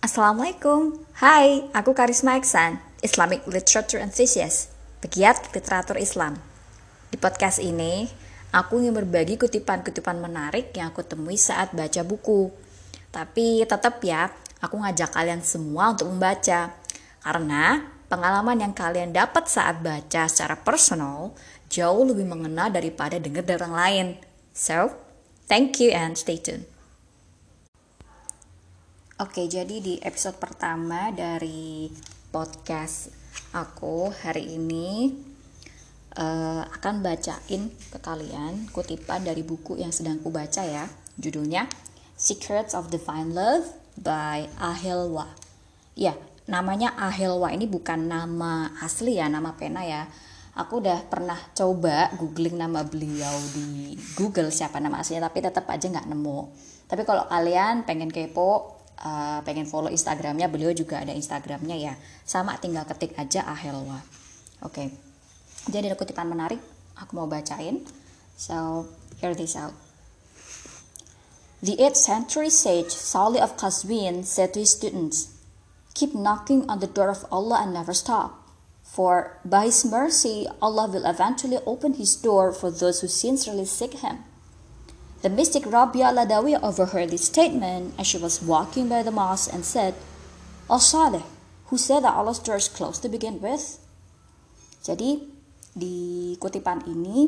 Assalamualaikum. Hai, aku Karisma Eksan, Islamic Literature Enthusiast, pegiat literatur Islam. Di podcast ini, aku ingin berbagi kutipan-kutipan menarik yang aku temui saat baca buku. Tapi tetap ya, aku ngajak kalian semua untuk membaca. Karena pengalaman yang kalian dapat saat baca secara personal jauh lebih mengena daripada dengar dari orang lain. So, thank you and stay tuned. Oke, jadi di episode pertama dari podcast aku hari ini akan bacain ke kalian kutipan dari buku yang sedang aku baca ya. Judulnya Secrets of Divine Love by Ahelwa. Ya, namanya Ahelwa ini bukan nama asli ya, nama pena ya. Aku udah pernah coba googling nama beliau di Google siapa nama aslinya, tapi tetap aja nggak nemu. Tapi kalau kalian pengen kepo, pengen follow Instagramnya, beliau juga ada Instagramnya ya, sama tinggal ketik aja Ahelwa. Oke. Jadi ada kutipan menarik aku mau bacain, so hear this out. The 8th century sage Salih of Qazwin said to his students, "Keep knocking on the door of Allah and never stop, for by His mercy Allah will eventually open His door for those who sincerely seek Him." The mystic Rabia al-Adawiyah overheard this statement as she was walking by the mosque and said, "Oh Saleh, who said that Allah's door is closed to begin with?" Jadi di kutipan ini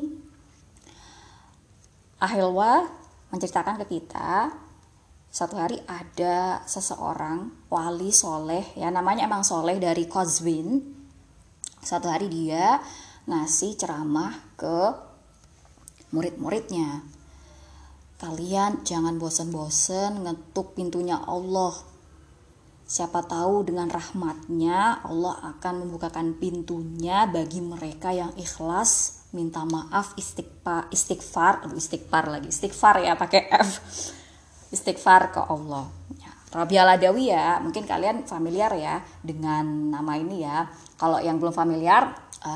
Ahelwa menceritakan ke kita, satu hari ada seseorang wali soleh ya, namanya emang soleh, dari Qazwin. Satu hari dia ngasih ceramah ke murid-muridnya, kalian jangan bosan-bosan ngetuk pintunya Allah. Siapa tahu dengan rahmatnya Allah akan membukakan pintunya bagi mereka yang ikhlas minta maaf, istighfar ya pakai F, istighfar ke Allah. Rabia al-Adawiyah, mungkin kalian familiar ya dengan nama ini ya. Kalau yang belum familiar,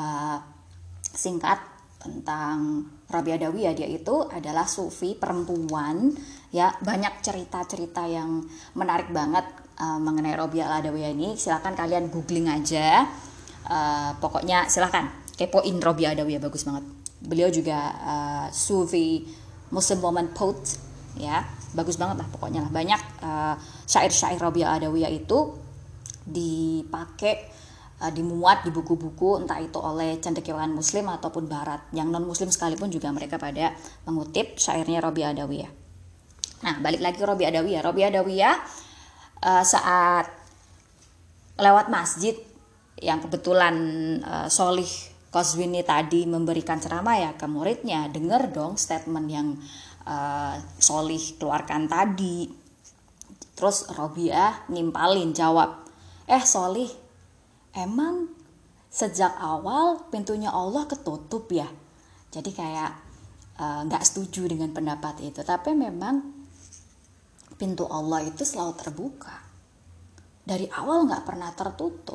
singkat tentang Rabia al-Adawiyah, dia itu adalah sufi perempuan ya. Banyak cerita-cerita yang menarik banget mengenai Rabia al-Adawiyah ini. Silakan kalian googling aja, pokoknya silakan kepoin Rabia al-Adawiyah, bagus banget. Beliau juga sufi Muslim woman poet ya, bagus banget lah pokoknya lah. Banyak syair-syair Rabia al-Adawiyah itu dipakai, dimuat di buku-buku, entah itu oleh cendekiawan muslim ataupun barat. Yang non muslim sekalipun juga mereka pada mengutip syairnya Rabia al-Adawiyah. Nah, balik lagi ke Rabia al-Adawiyah. Rabia al-Adawiyah saat lewat masjid yang kebetulan Solih Qazwini tadi memberikan ceramah ya ke muridnya, denger dong statement yang Solih keluarkan tadi. Terus Rabia nimpalin jawab, Solih, emang sejak awal pintunya Allah ketutup ya? Jadi kayak gak setuju dengan pendapat itu. Tapi memang pintu Allah itu selalu terbuka, dari awal gak pernah tertutup.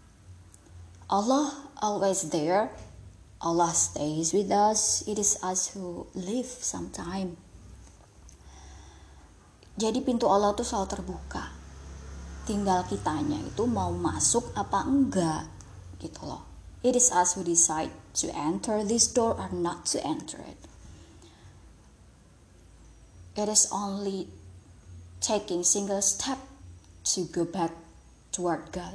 Allah always there, Allah stays with us, it is us who leave sometime. Jadi pintu Allah itu selalu terbuka, tinggal kitanya itu mau masuk apa enggak gitu loh. It is us who decide to enter this door or not to enter it. It is only taking single step to go back toward God.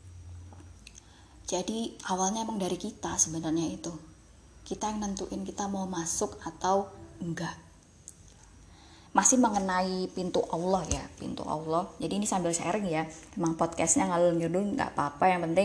Jadi awalnya emang dari kita sebenarnya itu. Kita yang nentuin kita mau masuk atau enggak. Masih mengenai pintu Allah ya, pintu Allah. Jadi ini sambil sharing ya. Emang podcastnya ngalur ngidul nggak apa-apa, yang penting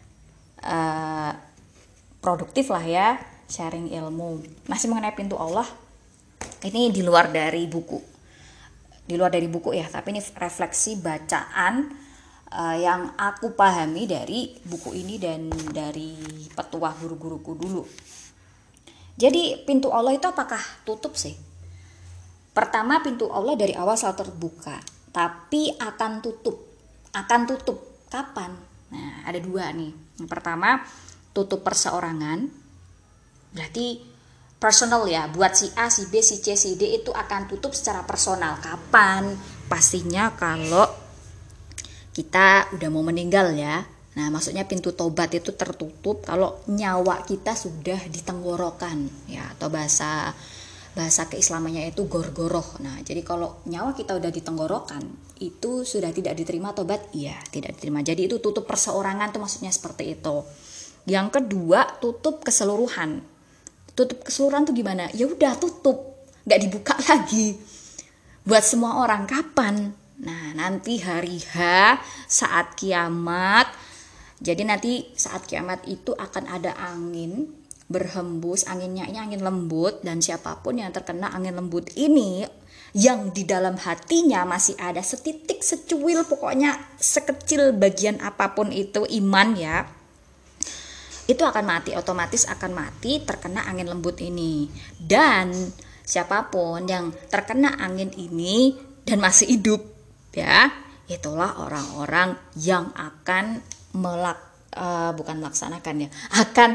produktif lah ya, sharing ilmu. Masih mengenai pintu Allah. Ini di luar dari buku. Di luar dari buku ya, tapi ini refleksi bacaan yang aku pahami dari buku ini dan dari petuah guru-guruku dulu. Jadi pintu Allah itu apakah tutup sih? Pertama, pintu Allah dari awal selalu terbuka, tapi akan tutup. Akan tutup kapan? Nah, ada dua nih. Yang pertama, tutup perseorangan. Berarti personal ya, buat si A, si B, si C, si D itu akan tutup secara personal. Kapan? Pastinya kalau kita udah mau meninggal ya. Nah, maksudnya pintu tobat itu tertutup kalau nyawa kita sudah di tenggorokan ya, atau bahasa keislamannya itu gorgoroh. Nah, jadi kalau nyawa kita udah di tenggorokan, itu sudah tidak diterima tobat? Iya, tidak diterima. Jadi itu tutup perseorangan tuh maksudnya seperti itu. Yang kedua, tutup keseluruhan. Tutup keseluruhan tuh gimana? Ya udah tutup, nggak dibuka lagi. Buat semua orang kapan? Nah, nanti hari H saat kiamat. Jadi nanti saat kiamat itu akan ada angin berhembus, anginnya ini angin lembut, dan siapapun yang terkena angin lembut ini yang di dalam hatinya masih ada setitik, secuil, pokoknya sekecil bagian apapun itu iman ya, itu akan mati, otomatis akan mati terkena angin lembut ini. Dan siapapun yang terkena angin ini dan masih hidup ya, itulah orang-orang yang akan bukan melaksanakan ya, akan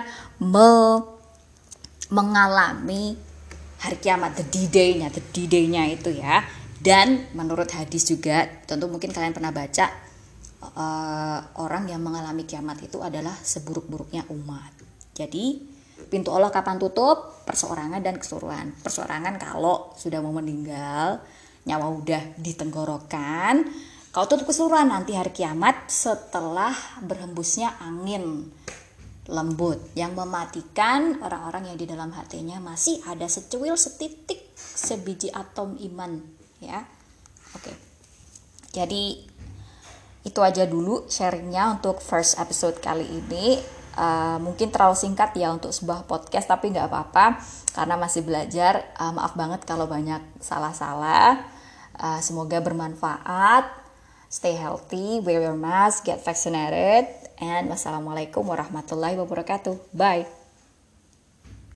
mengalami hari kiamat, the D-Day-nya itu ya. Dan menurut hadis juga, tentu mungkin kalian pernah baca, orang yang mengalami kiamat itu adalah seburuk-buruknya umat. Jadi pintu Allah kapan tutup? Perseorangan dan keseluruhan. Perseorangan kalau sudah mau meninggal, nyawa udah di tenggorokan. Kalau tutup keseluruhan nanti hari kiamat setelah berhembusnya angin lembut yang mematikan orang-orang yang di dalam hatinya masih ada secuil, setitik, sebiji atom iman ya. Oke. Jadi itu aja dulu sharingnya untuk first episode kali ini. Mungkin terlalu singkat ya untuk sebuah podcast, tapi nggak apa-apa karena masih belajar. Maaf banget kalau banyak salah-salah. Semoga bermanfaat. Stay healthy, wear your mask, get vaccinated, and wassalamualaikum warahmatullahi wabarakatuh. Bye.